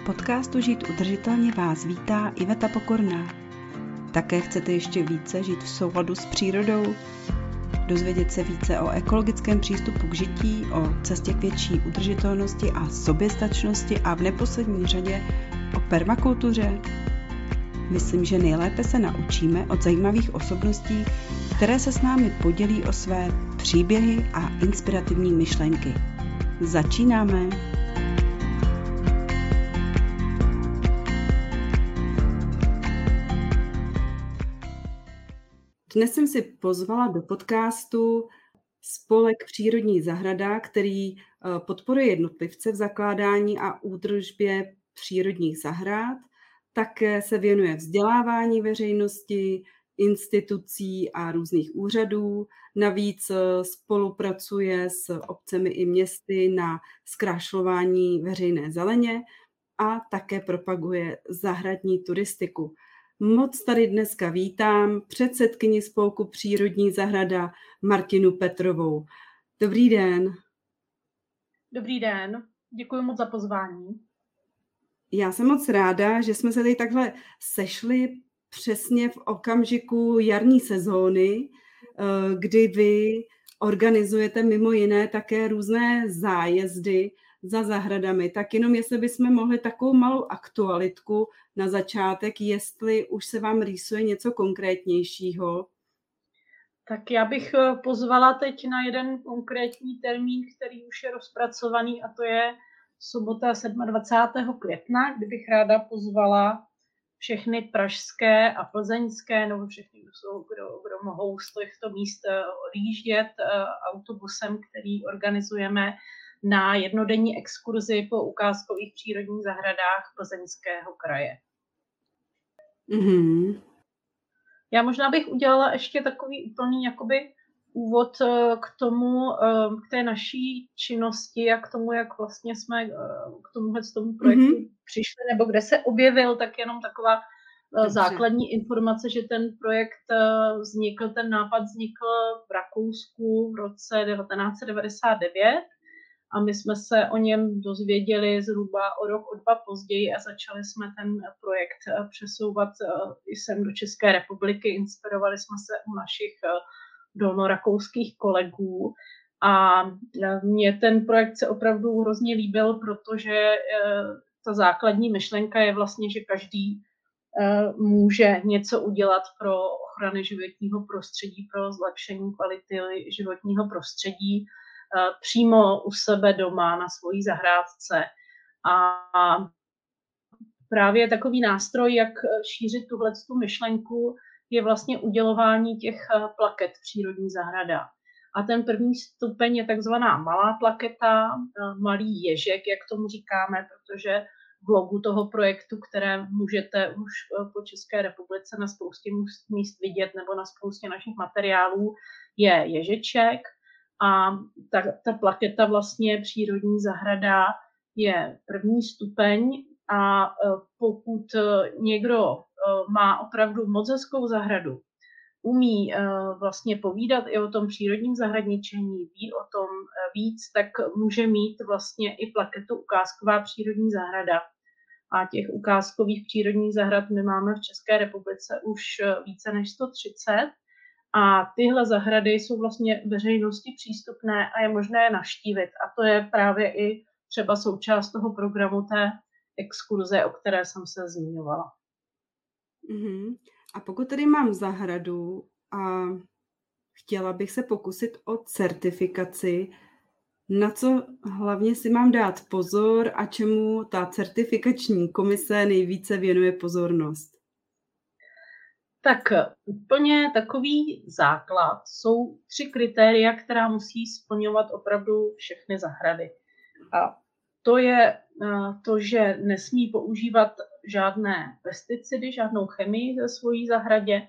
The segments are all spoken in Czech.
podcastu Žít udržitelně vás vítá Iveta Pokorná. Také chcete ještě více žít v souladu s přírodou? Dozvědět se více o ekologickém přístupu k žití, o cestě k větší udržitelnosti a soběstačnosti a v neposlední řadě o permakultuře? Myslím, že nejlépe se naučíme od zajímavých osobností, které se s námi podělí o své příběhy a inspirativní myšlenky. Začínáme! Dnes jsem si pozvala do podcastu spolek Přírodní zahrada, který podporuje jednotlivce v zakládání a údržbě přírodních zahrad. Také se věnuje vzdělávání veřejnosti, institucí a různých úřadů. Navíc spolupracuje s obcemi i městy na zkrášlování veřejné zeleně a také propaguje zahradní turistiku. Moc tady dneska vítám předsedkyni spolku Přírodní zahrada Martinu Petrovou. Dobrý den. Dobrý den, děkuji moc za pozvání. Já jsem moc ráda, že jsme se tady takhle sešli přesně v okamžiku jarní sezóny, kdy vy organizujete mimo jiné také různé zájezdy za zahradami. Tak jenom jestli bychom mohli takovou malou aktualitku na začátek, jestli už se vám rýsuje něco konkrétnějšího. Tak já bych pozvala teď na jeden konkrétní termín, který už je rozpracovaný, a to je sobota 27. května, kdy bych ráda pozvala všechny pražské a plzeňské, nebo všechny, kdo mohou z těchto míst odjíždět autobusem, který organizujeme na jednodenní exkurzi po ukázkových přírodních zahradách Plzeňského kraje. Mm-hmm. Já možná bych udělala ještě takový úplný úvod k té naší činnosti a k tomu, jak vlastně jsme k tomu projektu přišli, nebo kde se objevil, tak jenom taková základní informace, že ten projekt ten nápad vznikl v Rakousku v roce 1999 a my jsme se o něm dozvěděli zhruba o rok, o dva později a začali jsme ten projekt přesouvat i sem do České republiky. Inspirovali jsme se u našich dolnorakouských kolegů a mně ten projekt se opravdu hrozně líbil, protože ta základní myšlenka je vlastně, že každý může něco udělat pro ochranu životního prostředí, pro zlepšení kvality životního prostředí přímo u sebe doma na svojí zahrádce. A právě takový nástroj, jak šířit tuhletu myšlenku, je vlastně udělování těch plaket v přírodní zahrada. A ten první stupeň je takzvaná malá plaketa, malý ježek, jak tomu říkáme, protože v logu toho projektu, které můžete už po České republice na spoustě míst vidět nebo na spoustě našich materiálů, je ježeček. A ta plaketa vlastně Přírodní zahrada je první stupeň a pokud někdo má opravdu moc hezkou zahradu, umí vlastně povídat i o tom přírodním zahradničení, ví o tom víc, tak může mít vlastně i plaketu Ukázková přírodní zahrada. A těch ukázkových přírodních zahrad my máme v České republice už více než 130. A tyhle zahrady jsou vlastně veřejnosti přístupné a je možné je navštívit. A to je právě i třeba součást toho programu té exkurze, o které jsem se zmiňovala. Mm-hmm. A pokud tedy mám zahradu a chtěla bych se pokusit o certifikaci, na co hlavně si mám dát pozor a čemu ta certifikační komise nejvíce věnuje pozornost? Tak úplně takový základ jsou 3 kritéria, která musí splňovat opravdu všechny zahrady. A to je to, že nesmí používat žádné pesticidy, žádnou chemii ve svojí zahradě.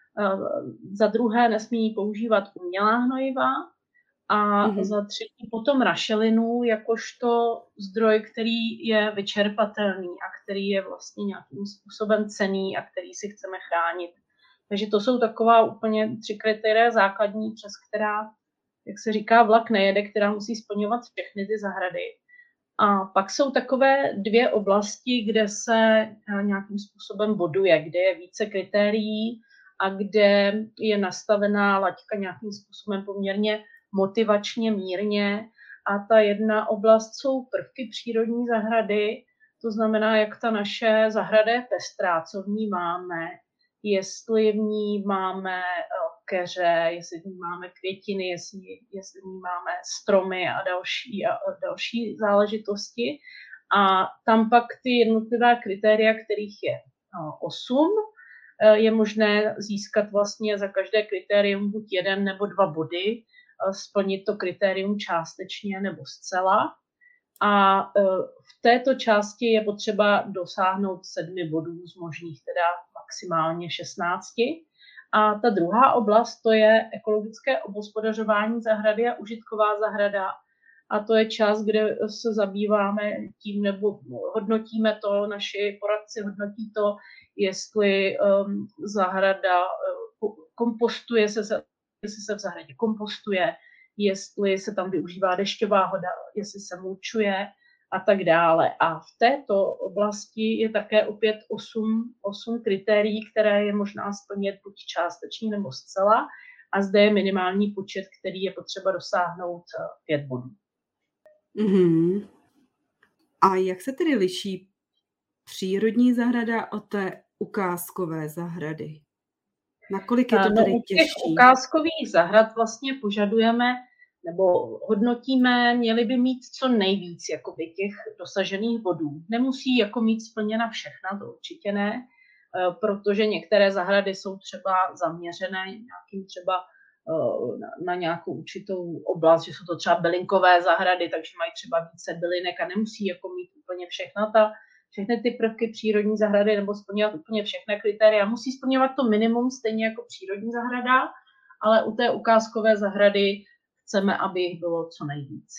Za druhé nesmí používat umělá hnojiva. A za třetí potom rašelinu jakožto zdroj, který je vyčerpatelný a který je vlastně nějakým způsobem cenný a který si chceme chránit. Takže to jsou taková úplně 3 kritéria základní, přes která, jak se říká, vlak nejede, která musí splňovat všechny ty zahrady. A pak jsou takové dvě oblasti, kde se nějakým způsobem boduje, kde je více kritérií a kde je nastavená laťka nějakým způsobem poměrně motivačně mírně. A ta jedna oblast jsou prvky přírodní zahrady, to znamená, jak ta naše zahrada je pestrá, co v ní máme, jestli v ní máme keře, jestli v ní máme květiny, jestli v ní máme stromy a další záležitosti. A tam pak ty jednotlivé kritéria, kterých je 8, je možné získat vlastně za každé kritérium buď 1 nebo 2 body, splnit to kritérium částečně nebo zcela. A v této části je potřeba dosáhnout 7 bodů z možných teda maximálně 16. A ta druhá oblast, to je ekologické obhospodařování zahrady a užitková zahrada. A to je část, kde se zabýváme tím, nebo hodnotíme to, naši poradci hodnotí to, jestli zahrada kompostuje se, jestli se v zahradě kompostuje, jestli se tam využívá dešťová voda, jestli se mulčuje a tak dále. A v této oblasti je také opět 8 kritérií, které je možná splnit buď částečně nebo zcela. A zde je minimální počet, který je potřeba dosáhnout 5 bodů. Mm-hmm. A jak se tedy liší přírodní zahrada od té ukázkové zahrady? Nakolik je to tedy těžší? těžší? U těch ukázkových zahrad vlastně požadujeme nebo hodnotíme, měly by mít co nejvíc jakoby těch dosažených bodů. Nemusí jako mít splněna všechna, to určitě ne, protože některé zahrady jsou třeba zaměřené nějakým třeba na nějakou určitou oblast, že jsou to třeba bylinkové zahrady, takže mají třeba více bylinek a nemusí jako mít úplně všechny ty prvky přírodní zahrady nebo splňovat úplně všechny kritéria. Musí splňovat to minimum stejně jako přírodní zahrada, ale u té ukázkové zahrady chceme, aby jich bylo co nejvíc.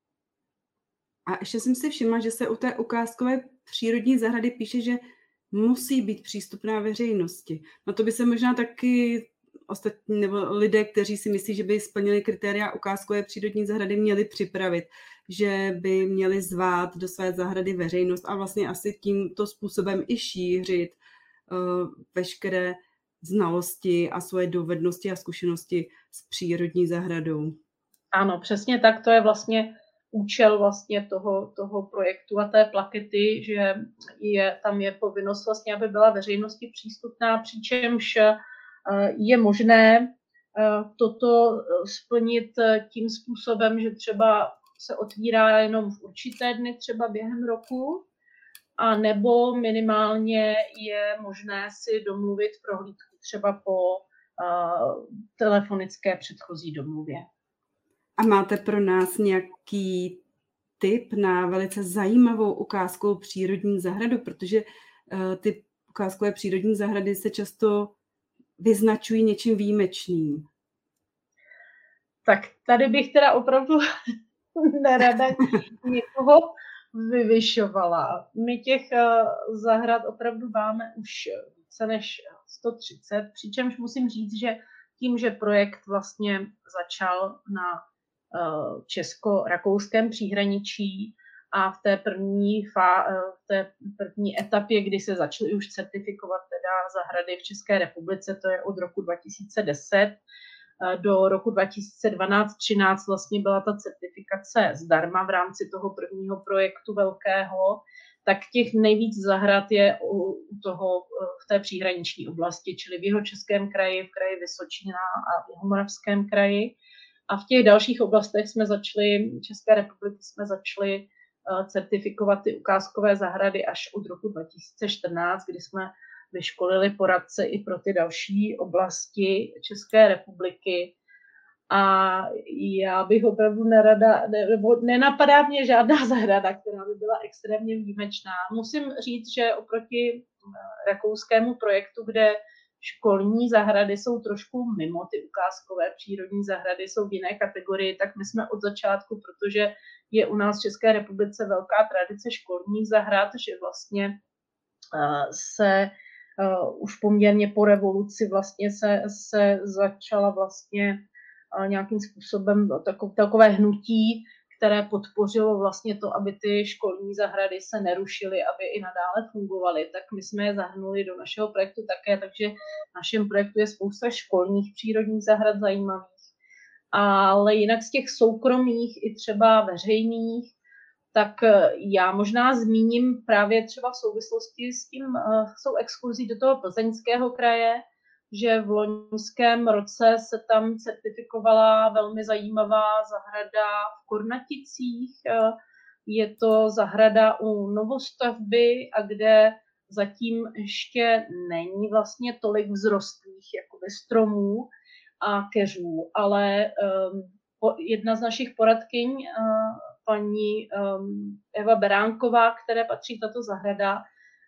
A ještě jsem si všimla, že se u té ukázkové přírodní zahrady píše, že musí být přístupná veřejnosti. No to by se možná taky ostatní nebo lidé, kteří si myslí, že by splnili kritéria ukázkové přírodní zahrady, měli připravit, že by měli zvát do své zahrady veřejnost a vlastně asi tímto způsobem i šířit veškeré znalosti a svoje dovednosti a zkušenosti s přírodní zahradou. Ano, přesně tak, to je vlastně účel vlastně toho projektu a té plakety, že tam je povinnost vlastně, aby byla veřejnosti přístupná, přičemž je možné toto splnit tím způsobem, že třeba se otvírá jenom v určité dny, třeba během roku, a nebo minimálně je možné si domluvit prohlídku třeba po telefonické předchozí domluvě. A máte pro nás nějaký tip na velice zajímavou ukázkovou přírodní zahradu, protože ty ukázkové přírodní zahrady se často vyznačují něčím výjimečným. Tak tady bych teda opravdu nerada někoho vyvyšovala. My těch zahrad opravdu máme už více než 130, přičemž musím říct, že tím, že projekt vlastně začal na česko-rakouském příhraničí a v té první etapě, kdy se začaly už certifikovat teda zahrady v České republice, to je od roku 2010 do roku 2012-13 vlastně byla ta certifikace zdarma v rámci toho prvního projektu velkého, tak těch nejvíc zahrad je v té příhraniční oblasti, čili v Jihočeském kraji, v kraji Vysočina a v Jihomoravském kraji. A v těch dalších oblastech České republiky jsme začali certifikovat ty ukázkové zahrady až od roku 2014, kdy jsme vyškolili poradce i pro ty další oblasti České republiky. A já bych opravdu nerada, nebo nenapadá mě žádná zahrada, která by byla extrémně výjimečná. Musím říct, že oproti rakouskému projektu, kde školní zahrady jsou trošku mimo ty ukázkové přírodní zahrady, jsou v jiné kategorii, tak my jsme od začátku, protože je u nás v České republice velká tradice školních zahrad, že vlastně se už poměrně po revoluci vlastně se začala vlastně nějakým způsobem takové hnutí, které podpořilo vlastně to, aby ty školní zahrady se nerušily, aby i nadále fungovaly, tak my jsme je zahrnuli do našeho projektu také, takže v našem projektu je spousta školních přírodních zahrad zajímavých. Ale jinak z těch soukromých i třeba veřejných, tak já možná zmíním právě třeba v souvislosti s tím, s tou exkurzí do toho Plzeňského kraje, že v loňském roce se tam certifikovala velmi zajímavá zahrada v Kornaticích. Je to zahrada u novostavby, a kde zatím ještě není vlastně tolik vzrostlých jakoby stromů a keřů, ale jedna z našich poradkyň, paní Eva Beránková, které patří tato zahrada,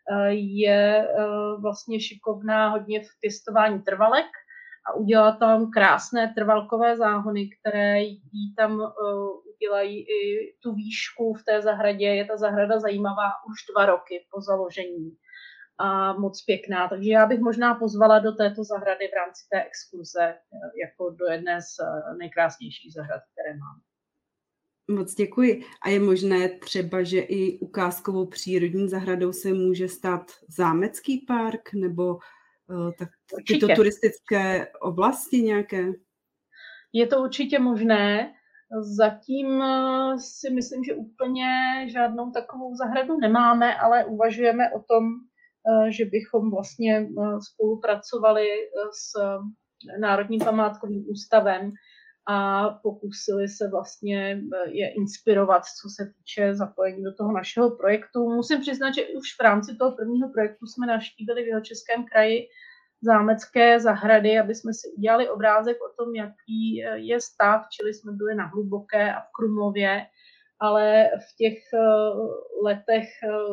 je vlastně šikovná hodně v pěstování trvalek a udělala tam krásné trvalkové záhony, které jí tam udělají i tu výšku v té zahradě. Je ta zahrada zajímavá už 2 roky po založení a moc pěkná. Takže já bych možná pozvala do této zahrady v rámci té exkurze jako do jedné z nejkrásnějších zahrad, které mám. Moc děkuji. A je možné třeba, že i ukázkovou přírodní zahradou se může stát zámecký park nebo tyto turistické oblasti nějaké? Je to určitě možné. Zatím si myslím, že úplně žádnou takovou zahradu nemáme, ale uvažujeme o tom, že bychom vlastně spolupracovali s Národním památkovým ústavem a pokusili se vlastně je inspirovat, co se týče zapojení do toho našeho projektu. Musím přiznat, že už v rámci toho prvního projektu jsme navštívili v Jihočeském kraji zámecké zahrady, aby jsme si udělali obrázek o tom, jaký je stav, čili jsme byli na Hluboké a v Krumlově, ale v těch letech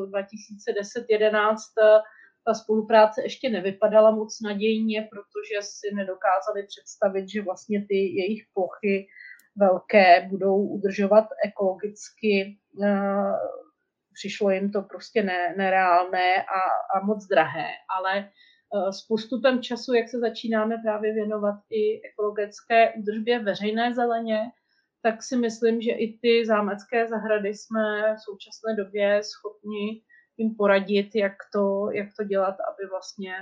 2010-11 ta spolupráce ještě nevypadala moc nadějně, protože si nedokázali představit, že vlastně ty jejich plochy velké budou udržovat ekologicky. Přišlo jim to prostě nereálné a moc drahé, ale s postupem času, jak se začínáme právě věnovat i ekologické údržbě veřejné zeleně, tak si myslím, že i ty zámecké zahrady jsme v současné době schopni jim poradit, jak to dělat, aby vlastně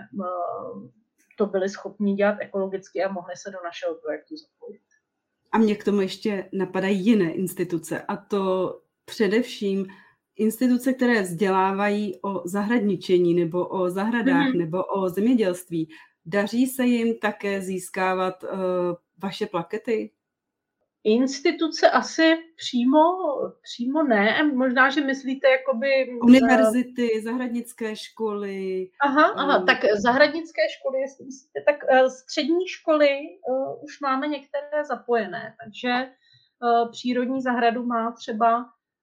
to byli schopni dělat ekologicky a mohli se do našeho projektu zapojit. A mě k tomu ještě napadají jiné instituce, a to především instituce, které vzdělávají o zahradničení nebo o zahradách nebo o zemědělství. Daří se jim také získávat vaše plakety? Instituce asi přímo ne. Možná, že myslíte jakoby... Univerzity, zahradnické školy. Aha, tak zahradnické školy, jestli myslíte, tak střední školy už máme některé zapojené, takže přírodní zahradu má třeba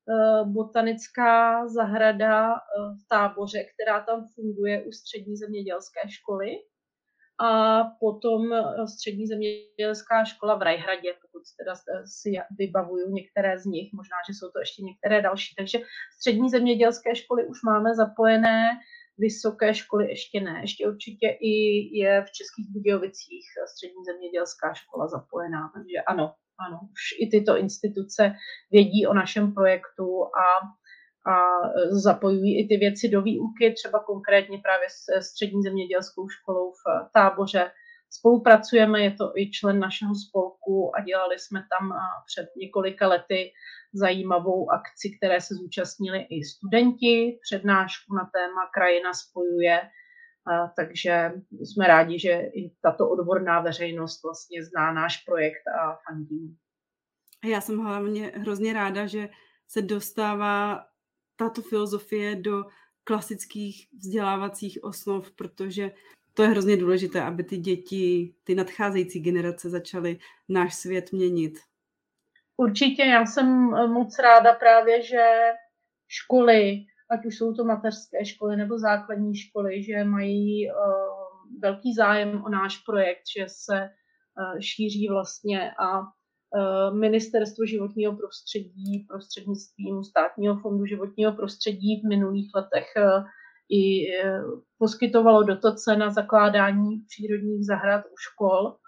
botanická zahrada v Táboře, která tam funguje u střední zemědělské školy. A potom střední zemědělská škola v Rajhradě, pokud teda si vybavuju některé z nich, možná, že jsou to ještě některé další. Takže střední zemědělské školy už máme zapojené, vysoké školy ještě ne. Ještě určitě i je v Českých Budějovicích střední zemědělská škola zapojená. Takže ano, už i tyto instituce vědí o našem projektu a zapojují i ty věci do výuky, třeba konkrétně právě s střední zemědělskou školou v Táboře. Spolupracujeme, je to i člen našeho spolku a dělali jsme tam před několika lety zajímavou akci, které se zúčastnili i studenti, přednášku na téma Krajina spojuje, takže jsme rádi, že i tato odborná veřejnost vlastně zná náš projekt a fandí. Já jsem hlavně hrozně ráda, že se dostává tato filozofie do klasických vzdělávacích osnov, protože to je hrozně důležité, aby ty děti, ty nadcházející generace začaly náš svět měnit. Určitě, já jsem moc ráda právě, že školy, ať už jsou to mateřské školy nebo základní školy, že mají velký zájem o náš projekt, že se šíří vlastně a Ministerstvo životního prostředí prostřednictvím Státního fondu životního prostředí v minulých letech i poskytovalo dotace na zakládání přírodních zahrad u škol.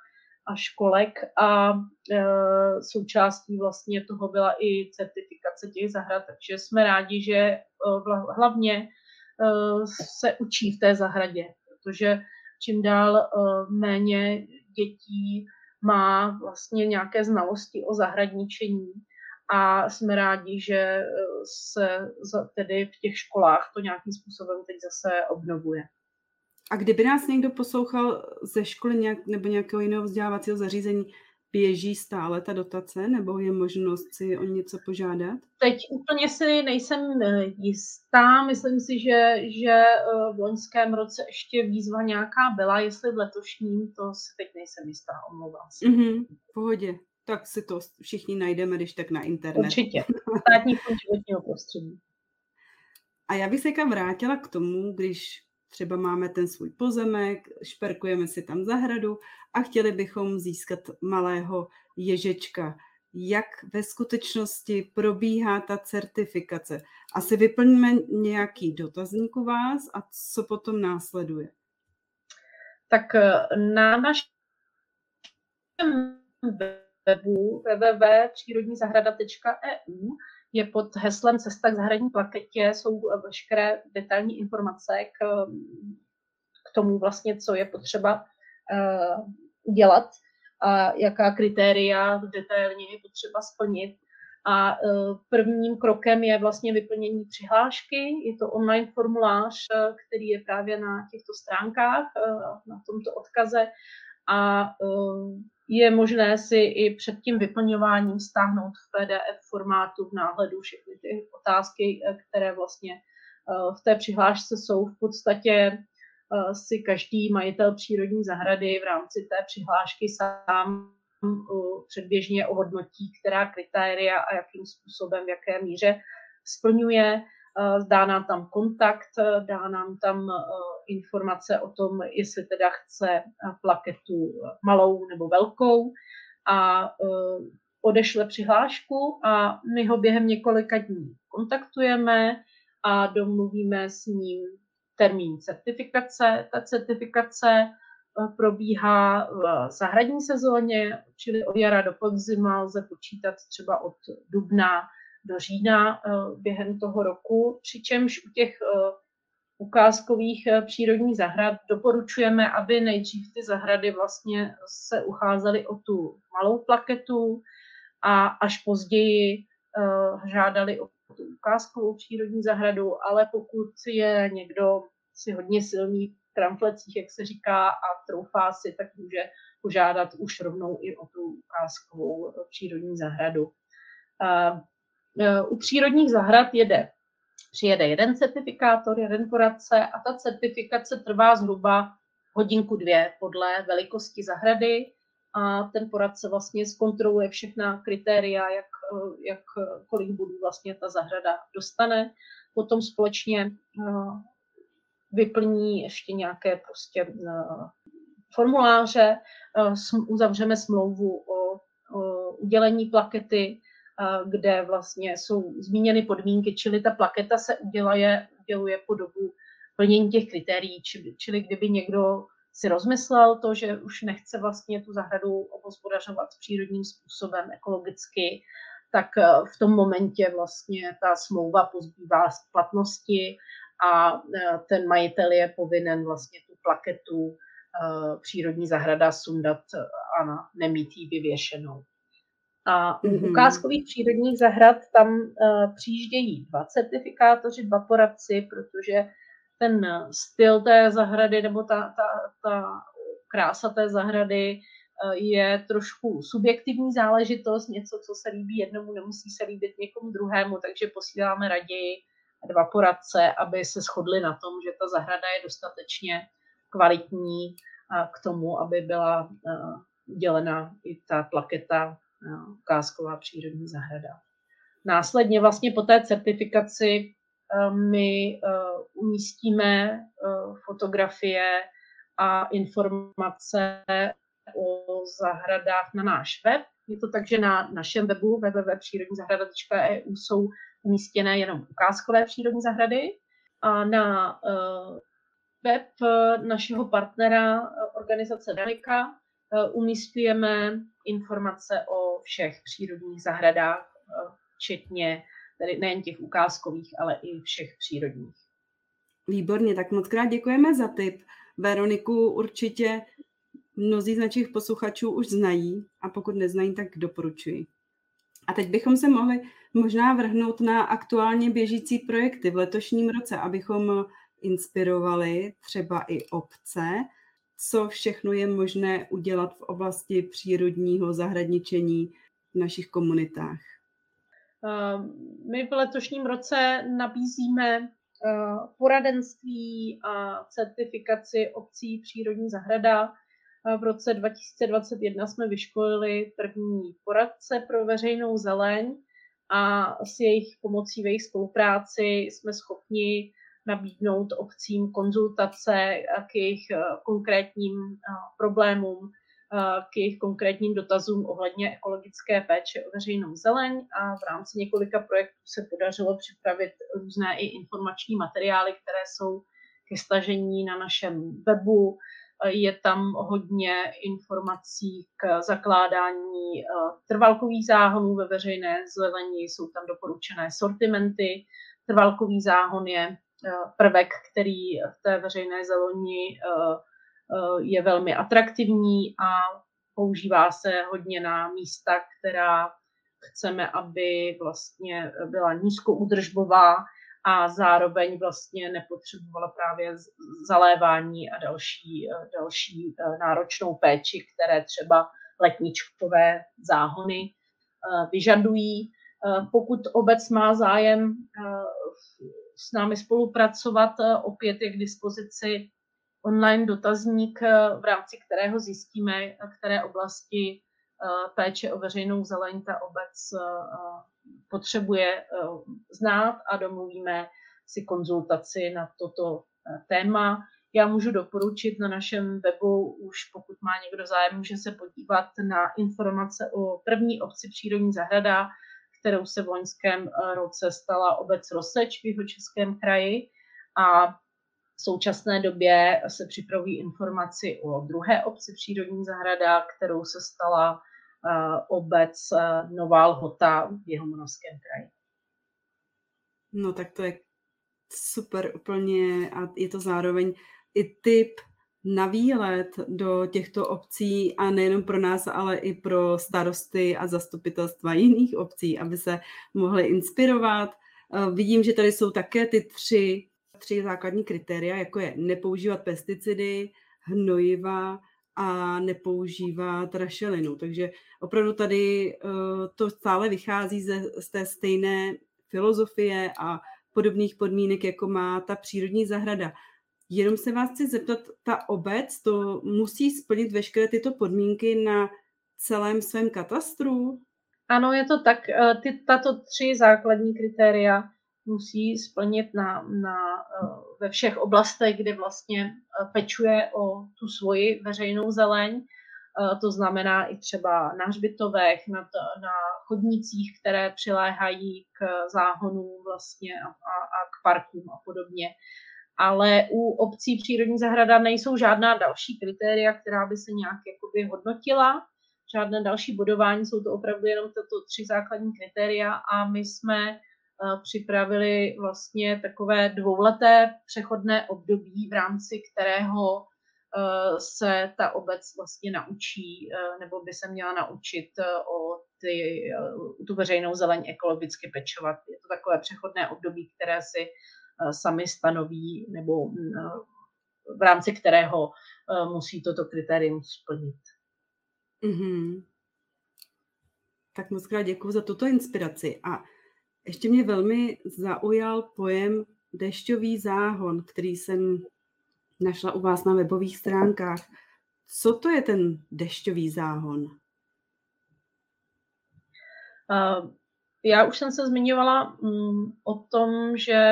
školek a součástí vlastně toho byla i certifikace těch zahrad, takže jsme rádi, že hlavně se učí v té zahradě, protože čím dál méně dětí má vlastně nějaké znalosti o zahradničení a jsme rádi, že se tedy v těch školách to nějakým způsobem teď zase obnovuje. A kdyby nás někdo poslouchal ze školy nebo nějakého jiného vzdělávacího zařízení, běží stále ta dotace, nebo je možnost si o něco požádat? Teď úplně si nejsem jistá. Myslím si, že v loňském roce ještě výzva nějaká byla, jestli v letošním, to si teď nejsem jistá, omlouvám se. V pohodě. Tak si to všichni najdeme, když tak na internet. Určitě. Státní fond životního prostředí. A já bych se vrátila k tomu, když třeba máme ten svůj pozemek, šperkujeme si tam zahradu a chtěli bychom získat malého ježečka. Jak ve skutečnosti probíhá ta certifikace? Asi vyplníme nějaký dotazník u vás a co potom následuje? Tak na našem webu www.přírodnizahrada.eu je pod heslem Cesta k zahradní plaketě, jsou veškeré detailní informace k tomu vlastně, co je potřeba udělat a jaká kritéria detailně je potřeba splnit. A prvním krokem je vlastně vyplnění přihlášky. Je to online formulář, který je právě na těchto stránkách, na tomto odkaze. A je možné si i před tím vyplňováním stáhnout v PDF formátu v náhledu všechny ty otázky, které vlastně v té přihlášce jsou. V podstatě si každý majitel přírodní zahrady v rámci té přihlášky sám předběžně ohodnotí, která kritéria a jakým způsobem, v jaké míře splňuje. Dá nám tam kontakt, dá nám tam informace o tom, jestli teda chce plaketu malou nebo velkou a odešle přihlášku a my ho během několika dní kontaktujeme a domluvíme s ním termín certifikace. Ta certifikace probíhá v zahradní sezóně, čili od jara do podzima, lze počítat třeba od dubna do října během toho roku, přičemž u těch ukázkových přírodních zahrad doporučujeme, aby nejdřív ty zahrady vlastně se ucházely o tu malou plaketu a až později žádali o tu ukázkovou přírodní zahradu, ale pokud je někdo si hodně silný v kramflecích, jak se říká, a troufá si, tak může požádat už rovnou i o tu ukázkovou přírodní zahradu. U přírodních zahrad přijede jeden certifikátor, jeden poradce a ta certifikace trvá zhruba hodinku, dvě podle velikosti zahrady a ten poradce vlastně zkontroluje všechna kritéria, jak kolik bodů vlastně ta zahrada dostane. Potom společně vyplní ještě nějaké prostě formuláře, uzavřeme smlouvu o udělení plakety, kde vlastně jsou zmíněny podmínky, čili ta plaketa se uděluje po dobu plnění těch kritérií, čili kdyby někdo si rozmyslel to, že už nechce vlastně tu zahradu obhospodařovat přírodním způsobem, ekologicky, tak v tom momentě vlastně ta smlouva pozbývá z platnosti a ten majitel je povinen vlastně tu plaketu přírodní zahrada sundat a nemít ji vyvěšenou. A u ukázkových přírodních zahrad tam přijíždějí dva certifikátoři, dva poradci, protože ten styl té zahrady nebo ta krása té zahrady je trošku subjektivní záležitost, něco, co se líbí jednomu, nemusí se líbit někomu druhému, takže posíláme raději dva poradce, aby se shodli na tom, že ta zahrada je dostatečně kvalitní k tomu, aby byla udělena i ta plaketa ukázková přírodní zahrada. Následně vlastně po té certifikaci my umístíme fotografie a informace o zahradách na náš web. Je to tak, že na našem webu www.přírodnizahrada.eu jsou umístěné jenom ukázkové přírodní zahrady a na web našeho partnera organizace Danika umístujeme informace o všech přírodních zahradách, včetně tedy nejen těch ukázkových, ale i všech přírodních. Výborně, tak moc krát děkujeme za tip. Veroniku určitě mnozí z našich posluchačů už znají a pokud neznají, tak doporučuji. A teď bychom se mohli možná vrhnout na aktuálně běžící projekty v letošním roce, abychom inspirovali třeba i obce, co všechno je možné udělat v oblasti přírodního zahradničení v našich komunitách. My v letošním roce nabízíme poradenství a certifikaci obcí přírodní zahrada. V roce 2021 jsme vyškolili první poradce pro veřejnou zeleň a s jejich pomocí, v jejich spolupráci jsme schopni nabídnout obcím konzultace k jejich konkrétním problémům, k jejich konkrétním dotazům ohledně ekologické péče o veřejnou zeleň a v rámci několika projektů se podařilo připravit různé i informační materiály, které jsou ke stažení na našem webu. Je tam hodně informací k zakládání trvalkových záhonů ve veřejné zeleni, jsou tam doporučené sortimenty. Trvalkový záhon je prvek, který v té veřejné zeleni je velmi atraktivní a používá se hodně na místa, která chceme, aby vlastně byla nízkoúdržbová a zároveň vlastně nepotřebovala právě zalévání a další náročnou péči, které třeba letničkové záhony vyžadují. Pokud obec má zájem s námi spolupracovat, opět je k dispozici online dotazník, v rámci kterého zjistíme, které oblasti péče o veřejnou zeleň ta obec potřebuje znát a domluvíme si konzultaci na toto téma. Já můžu doporučit na našem webu, už pokud má někdo zájem, může se podívat na informace o první obci přírodní zahrada, kterou se v loňském roce stala obec Roseč v Jihočeském kraji a v současné době se připravují informaci o druhé obci přírodní zahrada, kterou se stala obec Nová Lhota v Jihomoravském kraji. No tak to je super úplně a je to zároveň i tip na výlet do těchto obcí a nejenom pro nás, ale i pro starosty a zastupitelstva jiných obcí, aby se mohli inspirovat. Vidím, že tady jsou také ty tři základní kritéria, jako je nepoužívat pesticidy, hnojiva a nepoužívat rašelinu. Takže opravdu tady to stále vychází z té stejné filozofie a podobných podmínek, jako má ta přírodní zahrada. Jenom se vás chci zeptat, ta obec to musí splnit veškeré tyto podmínky na celém svém katastru? Ano, je to tak. Tato tři základní kritéria musí splnit ve všech oblastech, kde vlastně pečuje o tu svoji veřejnou zeleň. To znamená i třeba na hřbitovech, na chodnících, které přiléhají k záhonům vlastně a k parkům a podobně. Ale u obcí přírodní zahrada nejsou žádná další kritéria, která by se nějak jakoby hodnotila, žádné další bodování, jsou to opravdu jenom tato tři základní kritéria a my jsme připravili vlastně takové dvouleté přechodné období, v rámci kterého se ta obec vlastně naučí, nebo by se měla naučit o tu veřejnou zeleň ekologicky pečovat. Je to takové přechodné období, které si sami stanoví, nebo v rámci kterého musí toto kritérium splnit. Mm-hmm. Tak moc krát děkuji za tuto inspiraci. A ještě mě velmi zaujal pojem dešťový záhon, který jsem našla u vás na webových stránkách. Co to je ten dešťový záhon? Já už jsem se zmiňovala o tom, že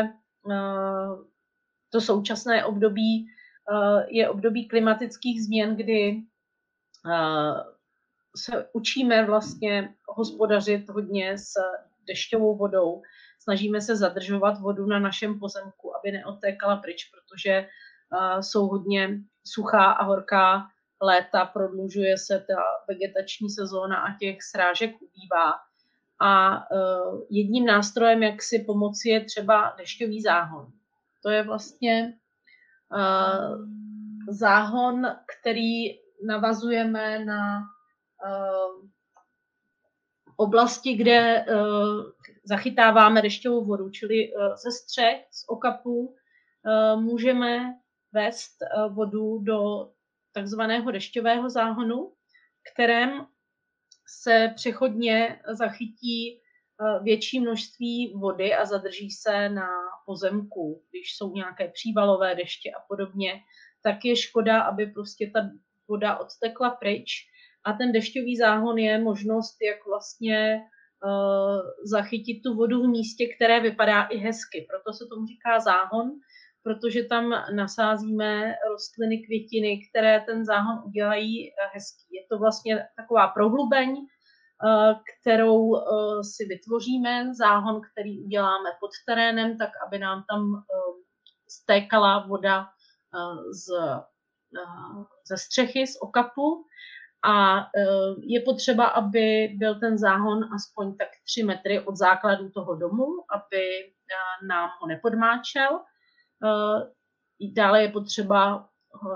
to současné období je období klimatických změn, kdy se učíme vlastně hospodařit hodně s dešťovou vodou. Snažíme se zadržovat vodu na našem pozemku, aby neodtékala pryč, protože jsou hodně suchá a horká léta, prodlužuje se ta vegetační sezóna a těch srážek ubývá. A jedním nástrojem, jak si pomoci, je třeba dešťový záhon. To je vlastně záhon, který navazujeme na oblasti, kde zachytáváme dešťovou vodu, čili ze střech, z okapů můžeme vést vodu do takzvaného dešťového záhonu, kterém se přechodně zachytí větší množství vody a zadrží se na pozemku. Když jsou nějaké přívalové deště a podobně, tak je škoda, aby prostě ta voda odtekla pryč. A ten dešťový záhon je možnost, jak vlastně zachytit tu vodu v místě, které vypadá i hezky. Proto se tomu říká záhon, protože tam nasázíme rostliny, květiny, které ten záhon udělají hezký. Je to vlastně taková prohlubeň, kterou si vytvoříme, záhon, který uděláme pod terénem, tak aby nám tam stékala voda ze střechy, z okapu. A je potřeba, aby byl ten záhon aspoň tak 3 metry od základu toho domu, aby nám ho nepodmáčel. Dále je potřeba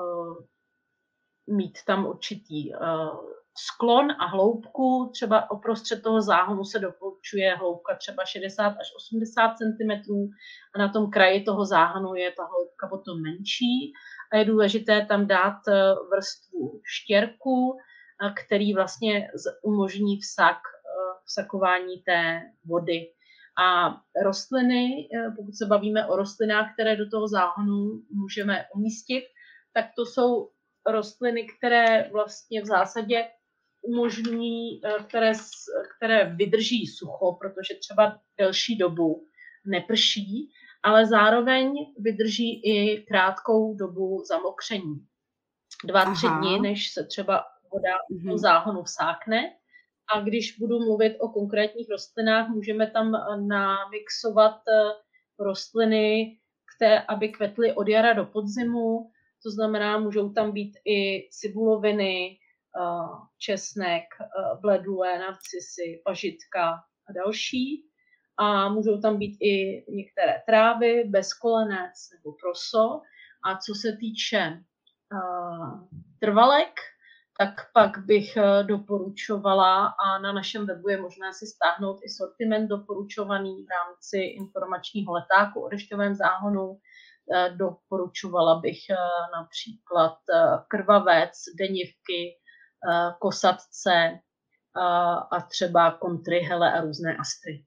mít tam určitý sklon a hloubku. Třeba uprostřed toho záhonu se doporučuje hloubka třeba 60 až 80 cm a na tom kraji toho záhonu je ta hloubka potom menší. A je důležité tam dát vrstvu štěrku, který vlastně umožní vsakování té vody. A rostliny, pokud se bavíme o rostlinách, které do toho záhonu můžeme umístit, tak to jsou rostliny, které vlastně v zásadě umožní, které vydrží sucho, protože třeba delší dobu neprší, ale zároveň vydrží i krátkou dobu zamokření. 2-3 dny, než se třeba voda do záhonu vsákne. A když budu mluvit o konkrétních rostlinách, můžeme tam namixovat rostliny, aby kvetly od jara do podzimu. To znamená, můžou tam být i cibuloviny, česnek, bledule, narcisy, pažitka a další. A můžou tam být i některé trávy, bezkolenec nebo proso. A co se týče trvalek, tak pak bych doporučovala, a na našem webu je možné si stáhnout i sortiment doporučovaný v rámci informačního letáku o dešťovém záhonu. Doporučovala bych například krvavec, denivky, kosatce a třeba kontry, hele a různé astry.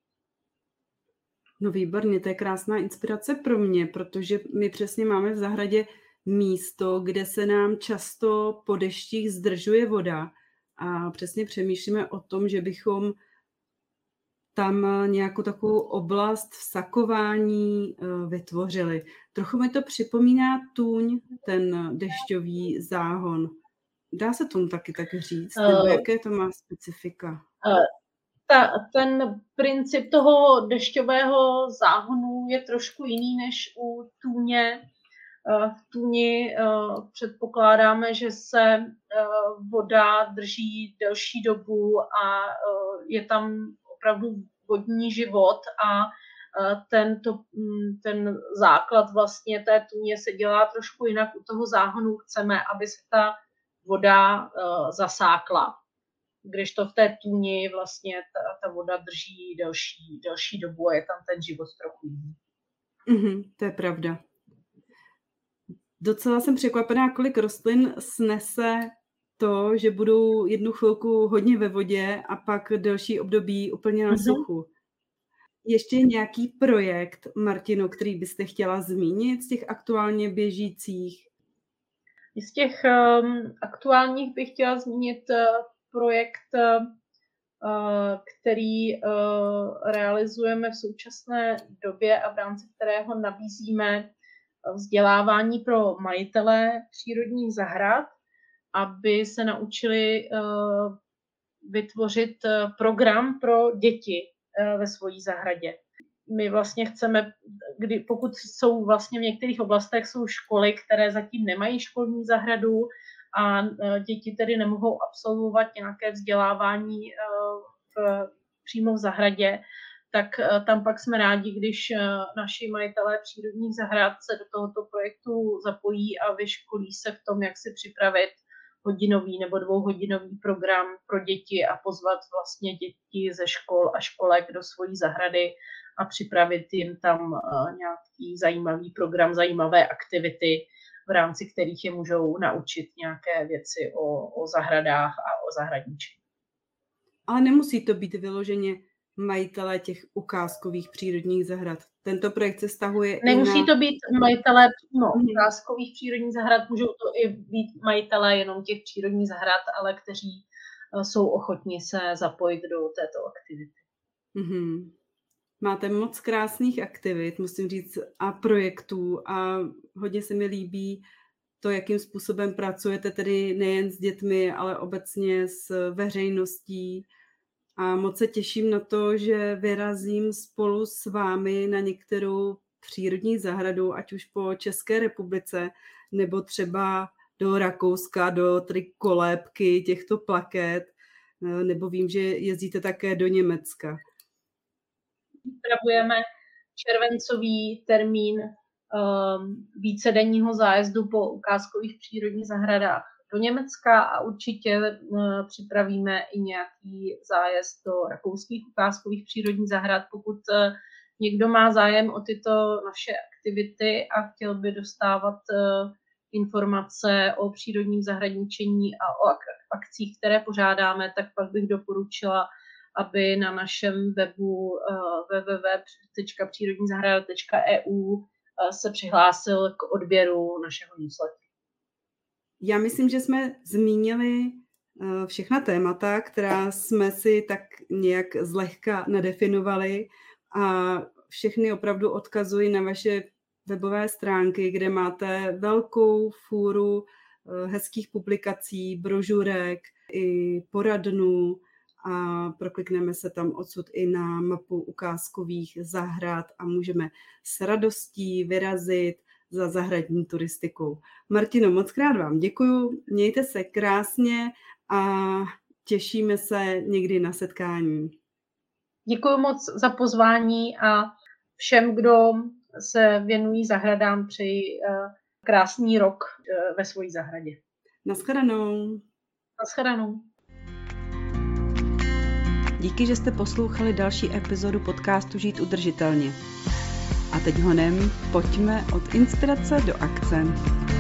No výborně, to je krásná inspirace pro mě, protože my přesně máme v zahradě místo, kde se nám často po deštích zdržuje voda a přesně přemýšlíme o tom, že bychom tam nějakou takovou oblast vsakování vytvořili. Trochu mi to připomíná tůň, ten dešťový záhon. Dá se tomu taky tak říct? Nebo jaké to má specifika? Ten princip toho dešťového záhonu je trošku jiný než u tůně. V tůni předpokládáme, že se voda drží delší dobu a je tam opravdu vodní život a ten základ vlastně té tůně se dělá trošku jinak. U toho záhonu chceme, aby se ta voda zasákla, kdežto v té tůni vlastně ta voda drží delší dobu a je tam ten život trochu jiný. To je pravda. Docela jsem překvapená, kolik rostlin snese to, že budou jednu chvilku hodně ve vodě a pak delší období úplně na suchu. Ještě nějaký projekt, Martino, který byste chtěla zmínit z těch aktuálně běžících? Z těch aktuálních bych chtěla zmínit projekt, který realizujeme v současné době a v rámci kterého nabízíme vzdělávání pro majitele přírodních zahrad, aby se naučili vytvořit program pro děti ve své zahradě. My vlastně chceme, pokud jsou vlastně v některých oblastech jsou školy, které zatím nemají školní zahradu, a děti tedy nemohou absolvovat nějaké vzdělávání přímo v zahradě, tak tam pak jsme rádi, když naši majitelé přírodních zahrad se do tohoto projektu zapojí a vyškolí se v tom, jak si připravit hodinový nebo 2hodinový program pro děti a pozvat vlastně děti ze škol a školek do svojí zahrady a připravit jim tam nějaký zajímavý program, zajímavé aktivity, v rámci kterých je můžou naučit nějaké věci o zahradách a o zahradničení. Ale nemusí to být vyloženě majitelé těch ukázkových přírodních zahrad. Tento projekt se vztahuje Nemusí to být majitelé ukázkových přírodních zahrad, můžou to i být majitelé jenom těch přírodních zahrad, ale kteří jsou ochotní se zapojit do této aktivity. Mm-hmm. Máte moc krásných aktivit, musím říct, a projektů a hodně se mi líbí to, jakým způsobem pracujete tedy nejen s dětmi, ale obecně s veřejností. A moc se těším na to, že vyrazím spolu s vámi na některou přírodní zahradu, ať už po České republice, nebo třeba do Rakouska, do kolébky těchto plaket, nebo vím, že jezdíte také do Německa. Připravujeme červencový termín vícedenního zájezdu po ukázkových přírodních zahradách do Německa a určitě připravíme i nějaký zájezd do rakouských ukázkových přírodních zahrad. Pokud někdo má zájem o tyto naše aktivity a chtěl by dostávat informace o přírodním zahradničení a o akcích, které pořádáme, tak pak bych doporučila, aby na našem webu www.přírodnizahrada.eu se přihlásil k odběru našeho newsletteru. Já myslím, že jsme zmínili všechna témata, která jsme si tak nějak zlehka nadefinovali a všechny opravdu odkazuji na vaše webové stránky, kde máte velkou fůru hezkých publikací, brožurek i poradnu a proklikneme se tam odsud i na mapu ukázkových zahrad a můžeme s radostí vyrazit za zahradní turistikou. Martino, moc krát vám děkuju, mějte se krásně a těšíme se někdy na setkání. Děkuji moc za pozvání a všem, kdo se věnují zahradám, přeji krásný rok ve své zahradě. Naschledanou. Naschledanou. Díky, že jste poslouchali další epizodu podcastu Žít udržitelně. A teď honem, pojďme od inspirace do akce.